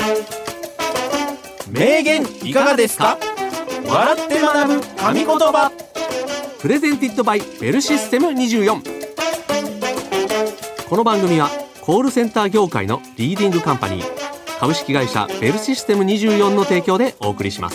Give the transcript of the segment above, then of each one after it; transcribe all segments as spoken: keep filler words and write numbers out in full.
名言いかがですか？笑って学ぶ神言葉。 プレゼンティッドバイベルシステムにじゅうよん。この番組はコールセンター業界のリーディングカンパニー株式会社ベルシステムにじゅうよんの提供でお送りします。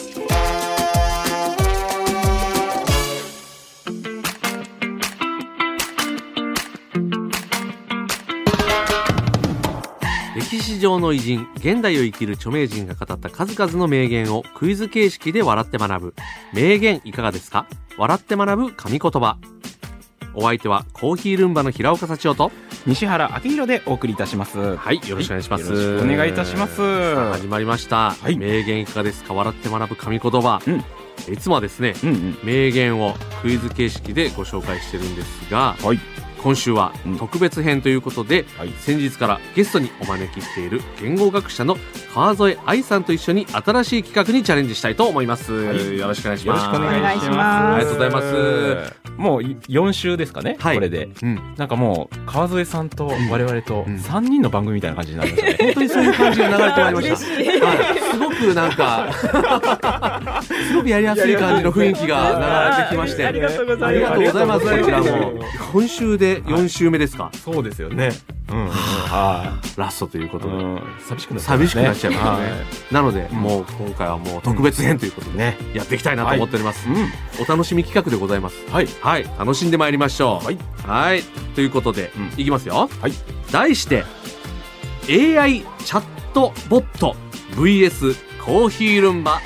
歴史上の偉人、現代を生きる著名人が語った数々の名言をクイズ形式で笑って学ぶ名言いかがですか？笑って学ぶ神言葉。お相手はコーヒールンバの平岡幸男と西原明宏でお送りいたします。 はい、よろしくお願いします。 はい、よろしくお願いいたします。 さあ始まりました、 はい、 名言いかがですか？笑って学ぶ神言葉、うん、いつもはですね、うんうん、名言をクイズ形式でご紹介してるんですが、はい、今週は特別編ということで、うんはい、先日からゲストにお招きしている言語学者の川添愛さんと一緒に新しい企画にチャレンジしたいと思います、はい、よろしくお願いします。 よろしくお願いします。 ありがとうございます。 もうよん週ですかね、はい、これで、うん、なんかもう川添さんと我々とさんにんの番組みたいな感じになりましたね、うんうん、本当にそういう感じが流れてまいりました、はい、すごくなんかすごくやりやすい感じの雰囲気が流れてきましてありがとうございます。 ありがとうございます。こちらも今週でよん週目ですか？ そうですよね、うんうん、はあ、ラストということで、うん、 寂しくなっちゃいますね。 寂しくなっちゃいますね、はい、なので、うん、もう今回はもう特別編ということで、ね、やっていきたいなと思っております、はい、うん、お楽しみ企画でございます。はい、はい、楽しんでまいりましょう。はい、はい、ということで、うん、いきますよ、はい、題して エーアイ チャットボット ブイエス コーヒールンバ。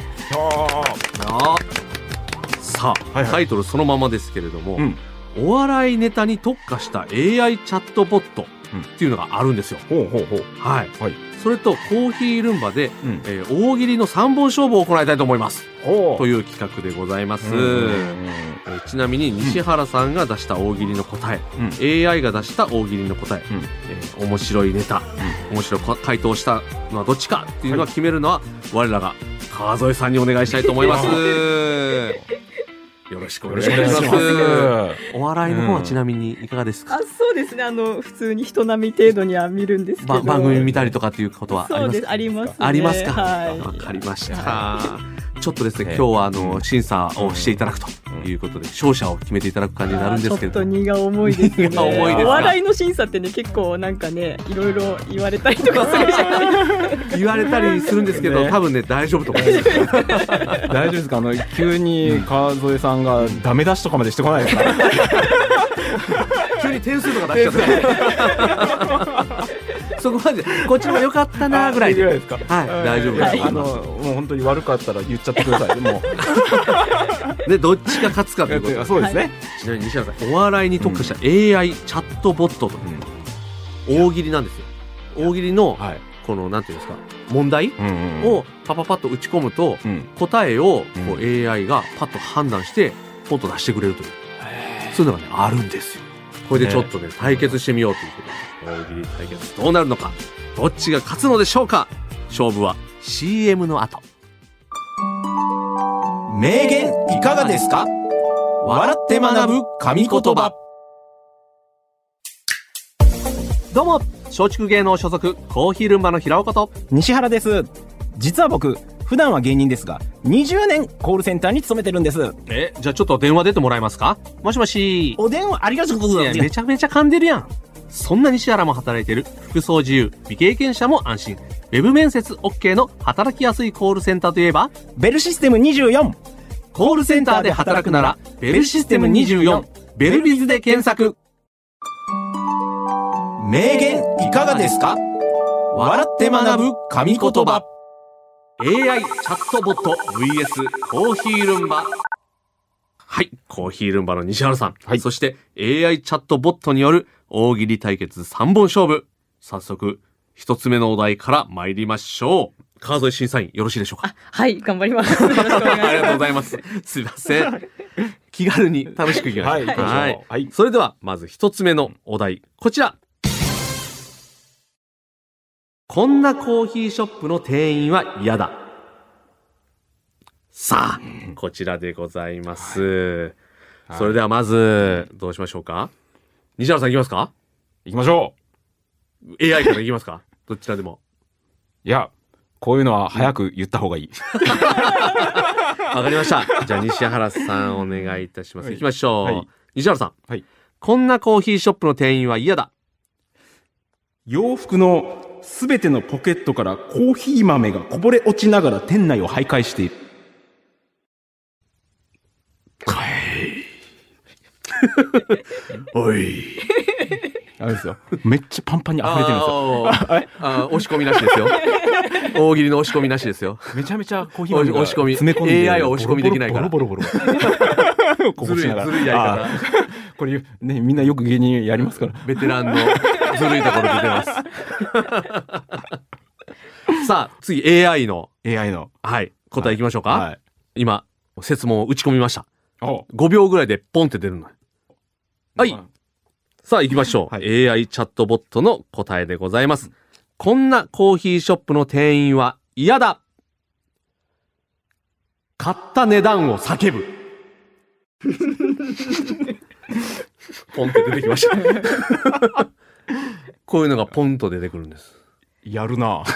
さあ、はいはい、タイトルそのままですけれども、うん、お笑いネタに特化した エーアイ チャットボットっていうのがあるんですよ、うん、ほうほうほう、はい、はい、それとコーヒールンバで、うん、えー、大喜利のさんぼん勝負を行いたいと思いますという企画でございます、うんうんうん、えー、ちなみに西原さんが出した大喜利の答え、うん、エーアイ が出した大喜利の答え、うん、えー、面白いネタ、うん、面白い回答したのはどっちかっていうのは決めるのは、はい、我らが川添さんにお願いしたいと思いますよろしくお願いします。お笑いの方はちなみにいかがですか？ うん、あ、そうですね、あの普通に人並み程度には見るんですけど、 番組見たりとかっていうことはありますか？ そうです、ありますね。 ありますか？ はい、 わかりました、はい、ちょっとですね、今日はあの審査をしていただくということで、勝者を決めていただく感じになるんですけど、 ちょっと荷が重いですね。 荷が重いですか？ お笑いの審査ってね、結構なんかね、いろいろ言われたりとかするじゃないですか。 言われたりするんですけど、ね、多分ね大丈夫と思います。 大丈夫ですか？あの急に川添さんがダメ出しとかまでしてこないですか？ 急に点数とか出しちゃったそこまでこっちも良かったなぐらいで、 ですか？ はい、大丈夫です、はい、 あのもう本当に悪かったら言っちゃってください。もうでどっちが勝つかということで、 そうですね、はい、 ちなみに西原さん、お笑いに特化した エーアイ チャットボットと、うん、大喜利なんですよ。大喜利の、はい、このなんていうんですか、問題をパパパッと打ち込むと、うん、答えをこう エーアイ がパッと判断してポンと出してくれるという、そういうのがねあるんですよ。これでちょっとね対決してみようということで、大喜利対決どうなるのか、どっちが勝つのでしょうか。勝負は シーエム の後。 名言いかがですか？笑って学ぶ神言葉。 どうも、松竹芸能所属コーヒールンバの平岡と西原です。実は僕普段は芸人ですがにじゅうねんコールセンターに勤めてるんです。 え、じゃあちょっと電話出てもらえますか？もしもし。 お電話ありがとうございます。 めちゃめちゃ噛んでるやん。そんな西原も働いてる服装自由未経験者も安心、ウェブ面接 OK の働きやすいコールセンターといえばベルシステムにじゅうよん。 コールセンターで働くならベルシステムにじゅうよん、ベルビズで検索。 名言いかがですか？笑って学ぶ神言葉。 エーアイ チャットボット ブイエス コーヒールンバ。はい、コーヒールンバの西原さん、はい、そして エーアイ チャットボットによる大喜利対決さんぼん勝負。早速一つ目のお題から参りましょう。川添審査員よろしいでしょうか？ はい、頑張ります。よろしくお願いします。 ありがとうございます。すいません。気軽に楽しくいきましょう。はい、はい、はい。それではまず一つ目のお題、こちら。こんなコーヒーショップの店員は嫌だ。さあ、こちらでございます。はいはい、それではまずどうしましょうか？西原さんいきますか？ いきましょう。エーアイ からいきますか？どちらでも。 いや、 こういうのは早く言った方がいい。 わかりました。じゃあ西原さんお願いいたします。はい、行きましょう。はい、西原さん、はい。こんなコーヒーショップの店員は嫌だ。 洋服のすべてのポケットからコーヒー豆がこぼれ落ちながら店内を徘徊している。 はいおいあれですよ。めっちゃパンパンに溢れてるんですよ。 ああ、押し込みなしですよ。大喜利の押し込みなしですよ。 めちゃめちゃコーヒー豆が押し込み詰め込んでエーアイ は押し込みできないから。 ボロボロボロボロこぼしながら。 ずるいやり方。 これね、みんなよく芸人やりますから。 ベテランのずるいところ出てます。さあ次 エーアイ のエーアイ のはい答えいきましょうか。はい、今設問を打ち込みました。ごびょうぐらいでポンって出るの。はい。さあ行きましょう、はい、エーアイ チャットボットの答えでございます。こんなコーヒーショップの店員は嫌だ。買った値段を叫ぶ。ポンって出てきました。こういうのがポンと出てくるんです。 やるな。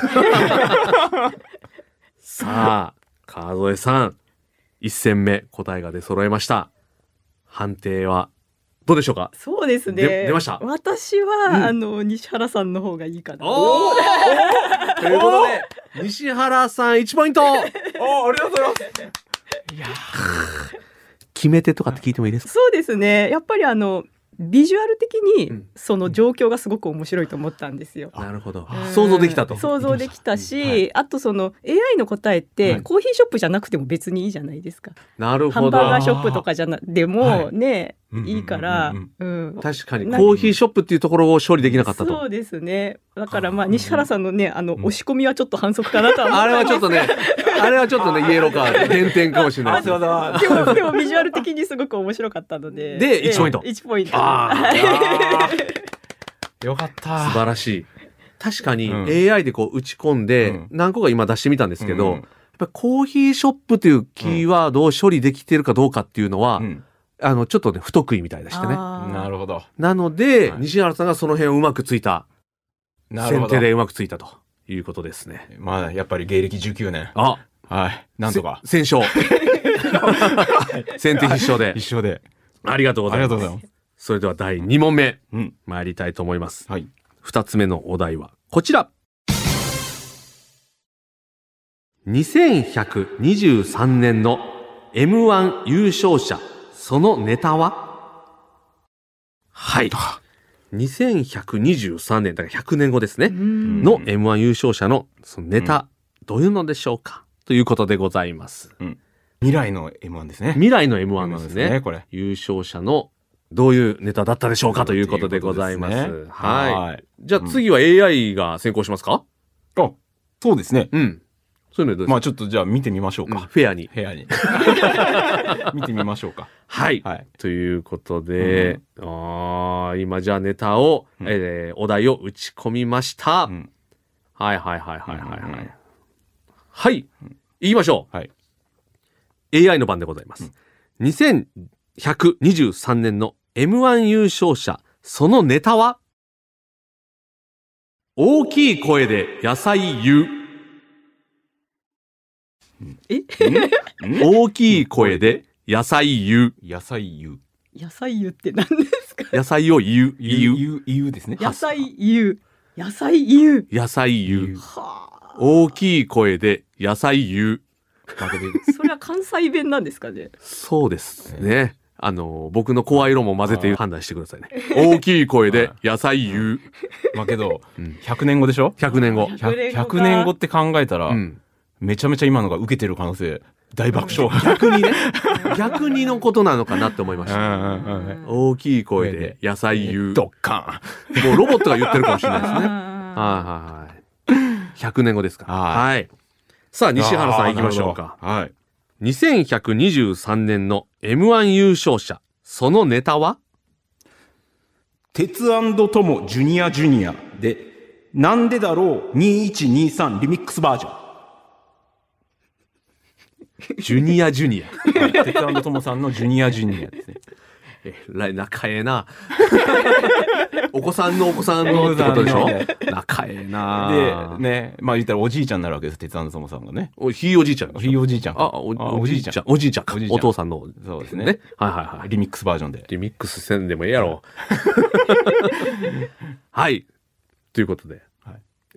さあ川添さんいち戦目答えが出揃えました。判定はどうでしょうか。 そうですね。 出ました。 私は、うん、あの西原さんの方がいいかな。 おということで西原さんいちポイント。おありがとうございます。いや決め手とかって聞いてもいいですか。 そうですね。やっぱりあのビジュアル的にその状況がすごく面白いと思ったんですよ。 なるほど。想像できたと。 想像できたし、はい、あとその エーアイ の答えってコーヒーショップじゃなくても別にいいじゃないですか。 なるほど。 ハンバーガーショップとかじゃなでもね、はい、いいから、うん、 確かにコーヒーショップっていうところを処理できなかったと。 そうですね。だからまあ西原さんのねあの押し込みはちょっと反則かなとは思ったんです。 あれはちょっとね、あれはちょっとねイエローカード減点かもしれないです。でもでもビジュアル的にすごく面白かったので。 でいちポイント。 いちポイント。 よかった。 素晴らしい。確かに エーアイ でこう打ち込んで何個か今出してみたんですけど、やっぱりコーヒーショップというキーワードを処理できているかどうかっていうのは、うん、あのちょっとね不得意みたいでしてね。 なるほど。 なので、はい、西原さんがその辺をうまくついた、先手でうまくついたということですね。 まあやっぱり芸歴じゅうきゅうねん。 あ、 はい。なんとか先勝。先手必勝で。 必勝で。 ありがとうございます。ありがとうございます。それではだいに問目、うん、参りたいと思います。はい。ふたつめのお題はこちら。にせんひゃくにじゅうさんねんの エムワン 優勝者、そのネタは？はい。にせんひゃくにじゅうさんねん、だからひゃくねんごですね。の エムワン 優勝者のそのネタ、どういうのでしょうかということでございます。 うん、未来の エムワン ですね。 未来の エムワン ですね。 ですねこれ優勝者のどういうネタだったでしょうかということでございます。すね、はい。はい。じゃあ次は エーアイ が先行しますか？ うん、あ、そうですね。 うん。そういうのどうですか？ まあちょっとじゃあ見てみましょうか。うん、 フェアに。 フェアに。見てみましょうか。 はい。はい。ということで、うん、あ今じゃあネタを、うん、えー、お題を打ち込みました。うん、はいはいはいはいはいはい。うん、はい。言いましょう。はい。エーアイ の番でございます。うん、にせんひゃくにじゅうさんねんの エムワン 優勝者、そのネタは？大きい声で野菜言う。 え大きい声で野菜言う。 野菜言う。 野菜言うって何ですか？ 野菜を言う。言う。 言う、言うですね。 野菜言う。野菜言う。 野菜言う。はあ。大きい声で野菜言う。 それは関西弁なんですかね？ そうですね。あの僕の声色も混ぜて判断してくださいね。大きい声で野菜言う。 まあけど、うん、ひゃくねんごでしょ？ ひゃくねんご。 ひゃくねんごって考えたら、うん、めちゃめちゃ今のが受けてる可能性大爆笑。 逆にね、逆にのことなのかなって思いました。大きい声で野菜言う。 ドッカン。もうロボットが言ってるかもしれないですね。はいはいはい。ひゃくねんごですか。はい。さあ西原さん行きましょうか。はい。にせんひゃくにじゅうさんねんの エムワン 優勝者、そのネタは？ 鉄&トモジュニアジュニアで、なんでだろうにせんじゅうさんリミックスバージョン。 ジュニアジュニア。 鉄&トモさんのジュニアジュニアですね。 えらい仲ええな。お子さんのお子さんのってことでしょ。仲ええな。 で、ね、まあ言ったらおじいちゃんになるわけです、鉄腕のさんがね。 おひいおじいちゃん。 ひいおじいちゃん。 あ、おおじいちゃん。おじいちゃん。お父さんの。 そうですね。 ね。はいはいはい。 リミックスバージョンで。 リミックスせんでもええやろ。はい。ということで、はい、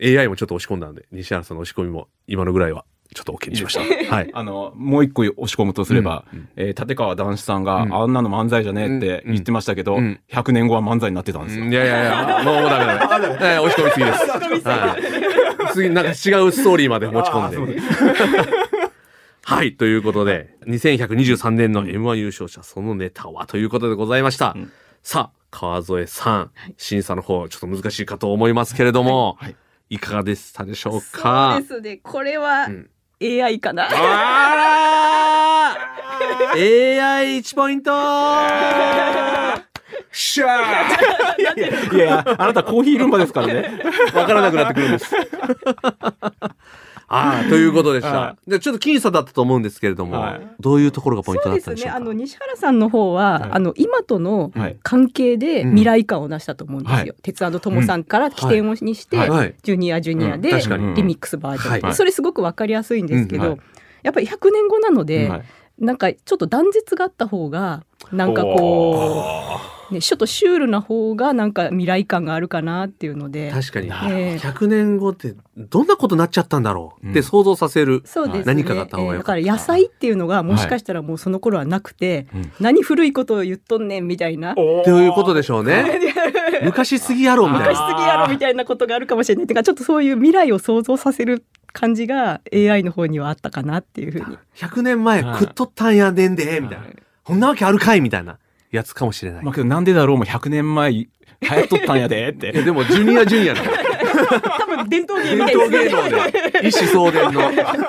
エーアイ もちょっと押し込んだんで、西原さんの押し込みも今のぐらいはちょっと OK にしました。はい。 あの、もう一個押し込むとすれば、うんえー、立川談志さんが、うん、あんなの漫才じゃねえって言ってましたけど、うん、ひゃくねんごは漫才になってたんですよ。 いやいやいや、もうダメだね。えー、押し込みすぎです。はい。次、なんか違うストーリーまで持ち込んで。はい。ということで、にせんひゃくにじゅうさんねんの エムワン 優勝者、そのネタはということでございました。うん、さあ、川添さん、審査の方、ちょっと難しいかと思いますけれども、はいはい、いかがでしたでしょうか。 そうですね。これは、うん、エーアイ かな。 あらーエーアイいち ポイントシャーいやいや、あなたコーヒールンバですからね。 わからなくなってくるんです。ああ、ということでした。はい、でちょっと僅差だったと思うんですけれども、はい、どういうところがポイントだったんでしょうか。 そうですね。あの西原さんの方は、はい、あの今との関係で未来感を出したと思うんですよ。はい、鉄腕友さんから起点をにして、はい、ジュニアジュニアでリミックスバージョン、はい、それすごくわかりやすいんですけど、はい、やっぱりひゃくねんごなので、はい、なんかちょっと断絶があった方がなんかこう。ね、ちょっとシュールな方がなんか未来感があるかなっていうので。 確かに、えー、ひゃくねんごってどんなことになっちゃったんだろうって想像させる、うん、何かがあった方がよかった、 えー、だから野菜っていうのがもしかしたらもうその頃はなくて、はい、何古いことを言っとんねんみたいな、 ということでしょうね。昔すぎやろみたいな昔すぎやろみたいなことがあるかもしれないっていうか、ちょっとそういう未来を想像させる感じが エーアイ の方にはあったかなっていうふうに。 ひゃくねんまえ食っとったんやねんでみたいな、こんなわけあるかいみたいなやつかもしれない。 まあけどなんでだろうもひゃくねんまえ流行っとったんやでって。 でもジュニアジュニアだから多分伝統芸みたい伝統芸能で一子相伝の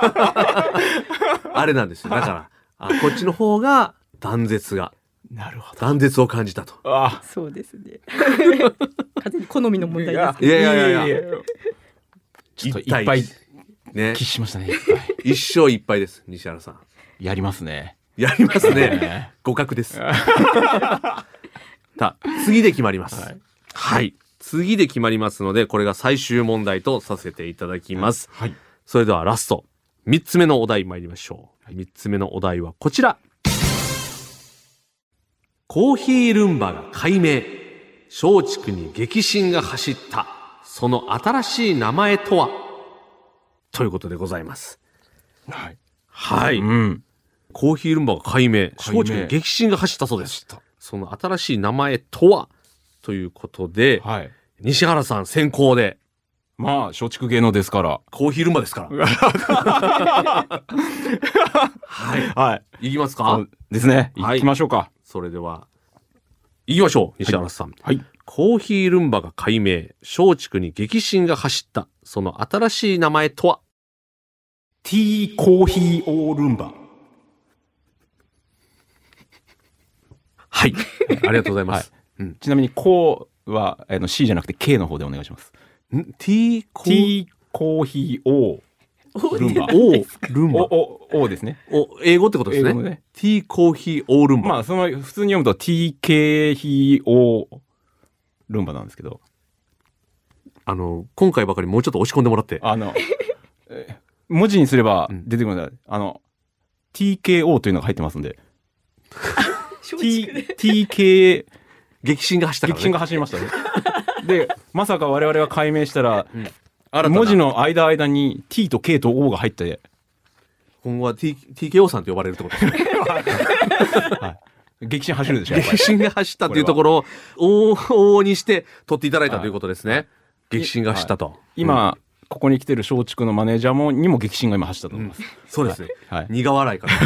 あれなんですよ。だからあこっちの方が断絶がなるほど断絶を感じたと。 あそうですね。完全に好みの問題ですけど。 いやいやいやいや。 ちょっといっぱいね喫しましたね。 一生いっぱいです。西原さん。 やりますね。 やりますね。互角です。さあ、次で決まります。はい、はい。次で決まりますので、これが最終問題とさせていただきます。はい。それではラスト、みっつめのお題参りましょう。みっつめのお題はこちら。コーヒールンバが改名。松竹に激震が走った。その新しい名前とは？ということでございます。はい。はい。うん。コーヒールンバが改名、松竹に激震が走ったそうです。その新しい名前とはということで、はい、西原さん先行で。 まあ松竹芸能ですから、 コーヒールンバですから。はい、はい、いきますか。 ですね。行きましょうか。はい、 それでは行きましょう。西原さん。はい。はい、コーヒールンバが改名、松竹に激震が走った。その新しい名前とは？ ティーコーヒーオールンバ。 はい。ありがとうございます。 はいうん、ちなみに、こうは、あの C じゃなくて K の方でお願いします。 ん ?T コーヒー O ルンバ。 O ルンバ。 O、O ですね。 お、英語ってことですね。英語ね。T コーヒー O ルンバ。 まあ、その、普通に読むと ティーケーヒーオー ルンバなんですけど。 あの、今回ばかりもうちょっと押し込んでもらって。 あの、文字にすれば出てくるんだ。うん、あの、ティーケーオー というのが入ってますんで。T、ティーケー激震が走ったからね。 激震が走りましたね。で、まさか我々が解明したら、うん、文字の間間に T と K と O が入って、 今後は T、ティーケーオー さんと呼ばれるってことですね。 はい、激震走るでしょ。 激震が走ったというところを往々にして取っていただいたということですね。はい、激震が走ったと。はい、 今、うんここに来てる松竹のマネージャーもにも激震が今走ったと思います。うん、 そうですね。はい、苦笑いから。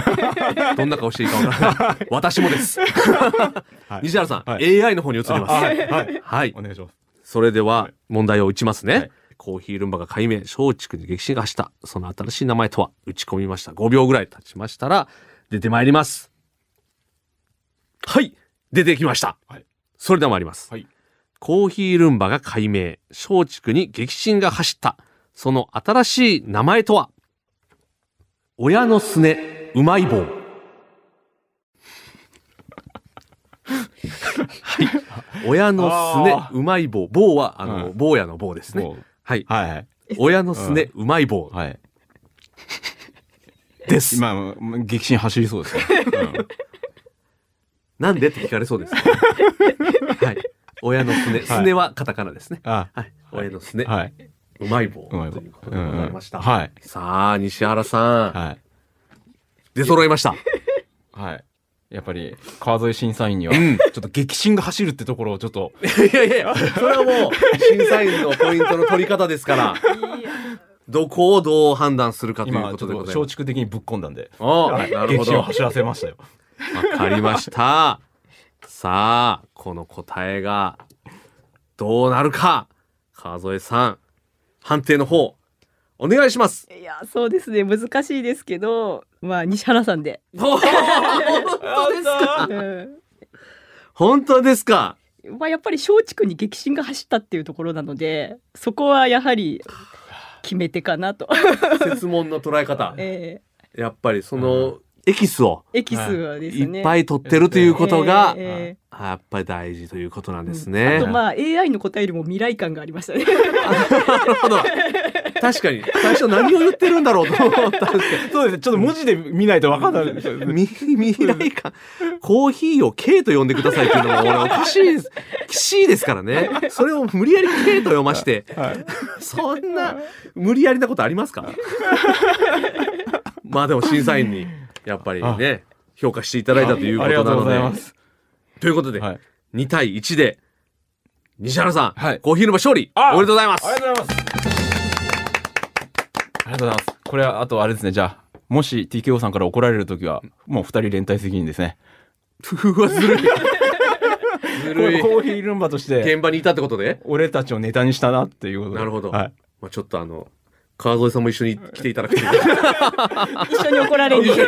どんな顔していいかわからない。私もです。はい、西原さん、はい、エーアイ の方に移ります。はい。はい。はい、お願いします。それでは問題を打ちますね。はい、コーヒールンバが改名、松竹に激震が走った。その新しい名前とは打ち込みました。ごびょうぐらい経ちましたら出てまいります。はい。出てきました。はい。それでは参ります。はい。コーヒールンバが改名、松竹に激震が走った。その新しい名前とは？親のすねうまい棒。 親のすねうまい棒、棒はあの、うん、坊やの棒ですね。はい、はいはい、親のすね、うん、うまい棒、はい、です。 今激震走りそうですね、うん、 なんでって聞かれそうです、ね、はい、親のすね、すねはカタカナですね、はい、親のすね、はい、うまい棒ということでございました、うんうん、はい、さあ西原さん、はい、出揃いました。 はい、やっぱり川添審査員にはちょっと激震が走るってところをちょっといやいやそれはもう審査員のポイントの取り方ですからどこをどう判断するかということでございます。 今松竹的にぶっ込んだんで、 ああ、なるほど、 激震を走らせましたよ。 わかりましたさあこの答えがどうなるか、川添さん判定の方お願いします。 いやそうですね、難しいですけど、まあ西原さんで。 本当ですか、うん、本当ですか。 まあやっぱり松竹に激震が走ったっていうところなので、そこはやはり決め手かなと。 設問の捉え方、えー、やっぱりその、うん、エキスをエキスはですね、 いっぱい取ってるということが、えーえー、やっぱり大事ということなんですね、 うん、あとまあ エーアイ の答えよりも未来感がありましたね。 なるほど、確かに最初何を言ってるんだろうと思ったんですけどそうですね、ちょっと文字で見ないと分かんない。 未来感、コーヒーを K と呼んでくださいっていうのも俺おかしいです。C ですからね。それを無理やり K と読まして、はい、そんな無理やりなことありますか。まあでも審査員にやっぱりね評価していただいたということなので、ということで、はい、にたいいちで西原さん、はい、コーヒー沼勝利おめでとうございます。 ありがとうございます。ありがとうございます。これはあとあれですね、じゃあもし ティーケーオー さんから怒られるときはもうふたり連帯責任ですね。 うわずるいずるい。コーヒールンバとして現場にいたってことで俺たちをネタにしたなっていうことで。 なるほど、 はい、 まあ、ちょっとあの川添さんも一緒に来ていただくという一緒に怒られに巻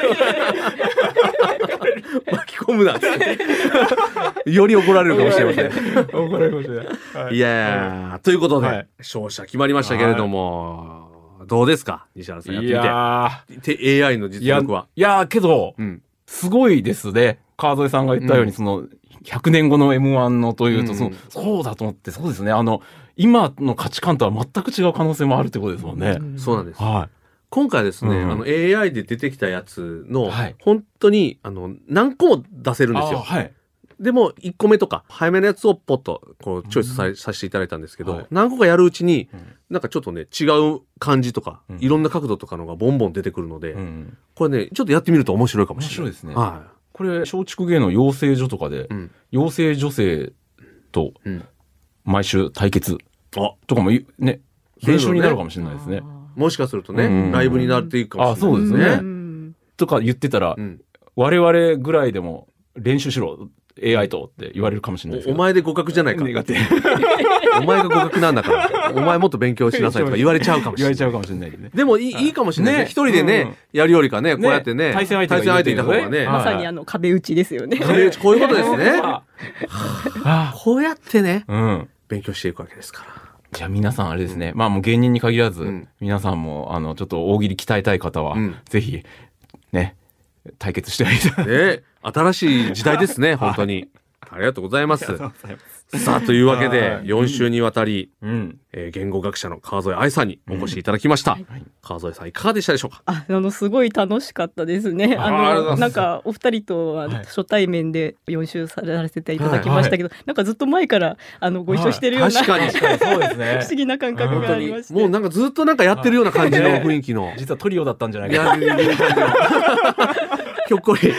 き込むなってより怒られるかもしれません。 怒られるかもしれない、はい、 いや、はい、ということで、はい、勝者決まりましたけれども、はい、どうですか西原さんやってみて。いやー エーアイ の実力は。 いやーけど、うん、すごいですね。川添さんが言ったように、うん、そのひゃくねんごの エムワン のというと、うん、そのそうだと思って、そうですね、あの今の価値観とは全く違う可能性もあるってことですもんね。 うん、そうなんです、 はい、 今回ですね、うん、あの エーアイ で出てきたやつの、はい、本当にあの何個も出せるんですよ。はい、でもいっこめとか早めのやつをポッとこうチョイス さ,、うん、させていただいたんですけど、はい、何個かやるうちに、うん、なんかちょっとね違う感じとか、うん、いろんな角度とかのがボンボン出てくるので、うん、これねちょっとやってみると面白いかもしれない。 面白いですね。はい、これ松竹芸能養成所とかで、うん、養成女性と毎週対決とかもね練習になるかもしれないですね。 もしかするとね、うん、ライブになっていくかもしれないですね。 あ、そうですね、うん、とか言ってたら、うん、我々ぐらいでも練習しろ エーアイ とって言われるかもしれないですけど、 お, お前で互角じゃないかお前が互角なんだからお前もっと勉強しなさいとか言われちゃうかもしれない。 言われちゃうかもしれないね。 でもい い,、はい、いいかもしれないね。一人でね、うん、やるよりかねこうやってね、 対戦相手いた方がね、 まさにあの壁打ちですよね。 壁打ち、こういうことですね。こうやってね、うん、勉強していくわけですから。 じゃあ皆さんあれですね、うん、まあもう芸人に限らず、うん、皆さんもあのちょっと大喜利鍛えたい方は、うん、ぜひね対決してあげて、 ね、新しい時代ですね本当に。ありがとうございます。さあというわけでよん週にわたり、うんえー、言語学者の川添愛さんにお越しいただきました、うんはい、川添さんいかがでしたでしょうか。 ああのすごい楽しかったですね。あのなんかお二人とあの、はい、初対面でよん週されせていただきましたけど、はいはい、なんかずっと前からあのご一緒してるような、 はい、確かにそうですね不思議な感覚がありまして、 もうなんかずっとなんかやってるような感じの雰囲気の、 実はトリオだったんじゃないかな。 ひょっこり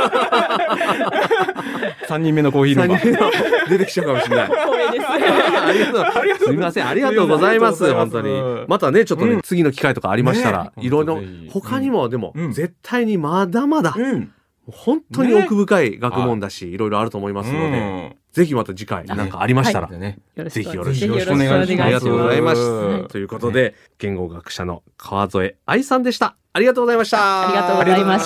さんにんめのコーヒールンバ出てきちゃうかもしれない。ありがとう、すみません、ありがとうございます。本当にまたねちょっとね、うん、次の機会とかありましたら、ね、いろいろ他にも、うん、でも、うん、絶対にまだまだ、うん、本当に奥深い学問だし、ね、いろいろあると思いますので、うん、ぜひまた次回なんかありましたら、はい、ぜひよろしくお願いします。ありがとうございます、はい、ということで、ね、言語学者の川添愛さんでした。ありがとうございました。 ありがとうございました。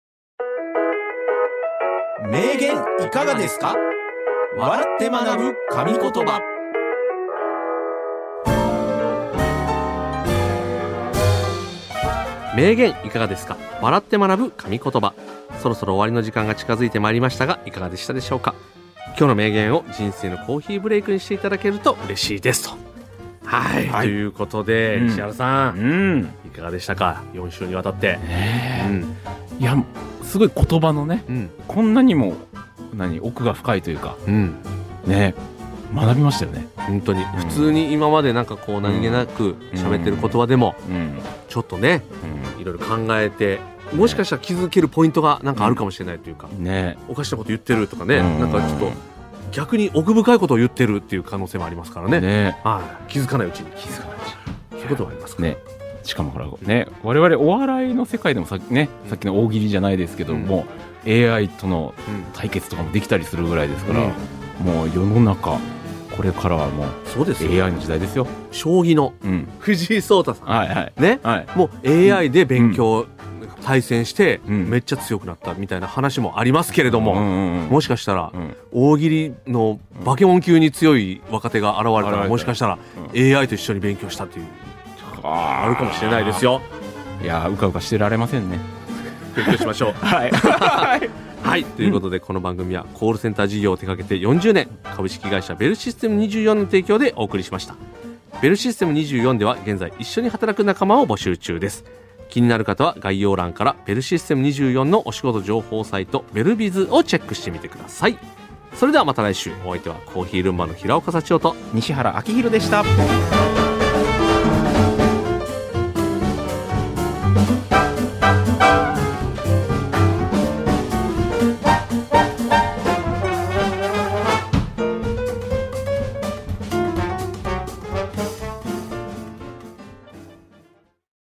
名言いかがですか。笑って学ぶ神言葉。 名言いかがですか。笑って学ぶ神言葉。そろそろ終わりの時間が近づいてまいりましたがいかがでしたでしょうか。 今日の名言を人生のコーヒーブレイクにしていただけると嬉しいですと。はい、はい、ということで、うん、石原さん、うん、いかがでしたか、よん週にわたって、 ねうん、いやすごい言葉のね、うん、こんなにも何奥が深いというか、うん、ね学びましたよね本当に、うん、普通に今までなんかこう何気なく喋ってる言葉でも、うん、ちょっとね、うん、いろいろ考えてもしかしたら気づけるポイントがなんかあるかもしれないというか、ね、おかしなこと言ってるとかね、うん、なんかちょっと逆に奥深いことを言ってるっていう可能性もありますからね、ねはい、気づかないうちに気づかないうちにそういうことがありますからね。 しかもほらね我々お笑いの世界でもさ、ね、さっきの大喜利じゃないですけども、うん、エーアイ との対決とかもできたりするぐらいですから、うん、もう世の中これからはもうそうですよ エーアイ の時代ですよ。 将棋の藤井聡太さん、うんはいはいねはい、もう エーアイ で勉強、うん対戦してめっちゃ強くなったみたいな話もありますけれども、うんうんうん、もしかしたら大喜利のバケモン級に強い若手が現れたらもしかしたら エーアイ と一緒に勉強したっていうあるかもしれないですよ。 いやうかうかしてられませんね。 勉強しましょうはい、はい、ということでこの番組はコールセンター事業を手掛けてよんじゅうねん株式会社ベルシステムにじゅうよんの提供でお送りしました。ベルシステムにじゅうよんでは現在一緒に働く仲間を募集中です。気になる方は概要欄からベルシステムにじゅうよんのお仕事情報サイトベルビズをチェックしてみてください。それではまた来週。お相手はコーヒールンバの平岡幸男と西原明宏でした。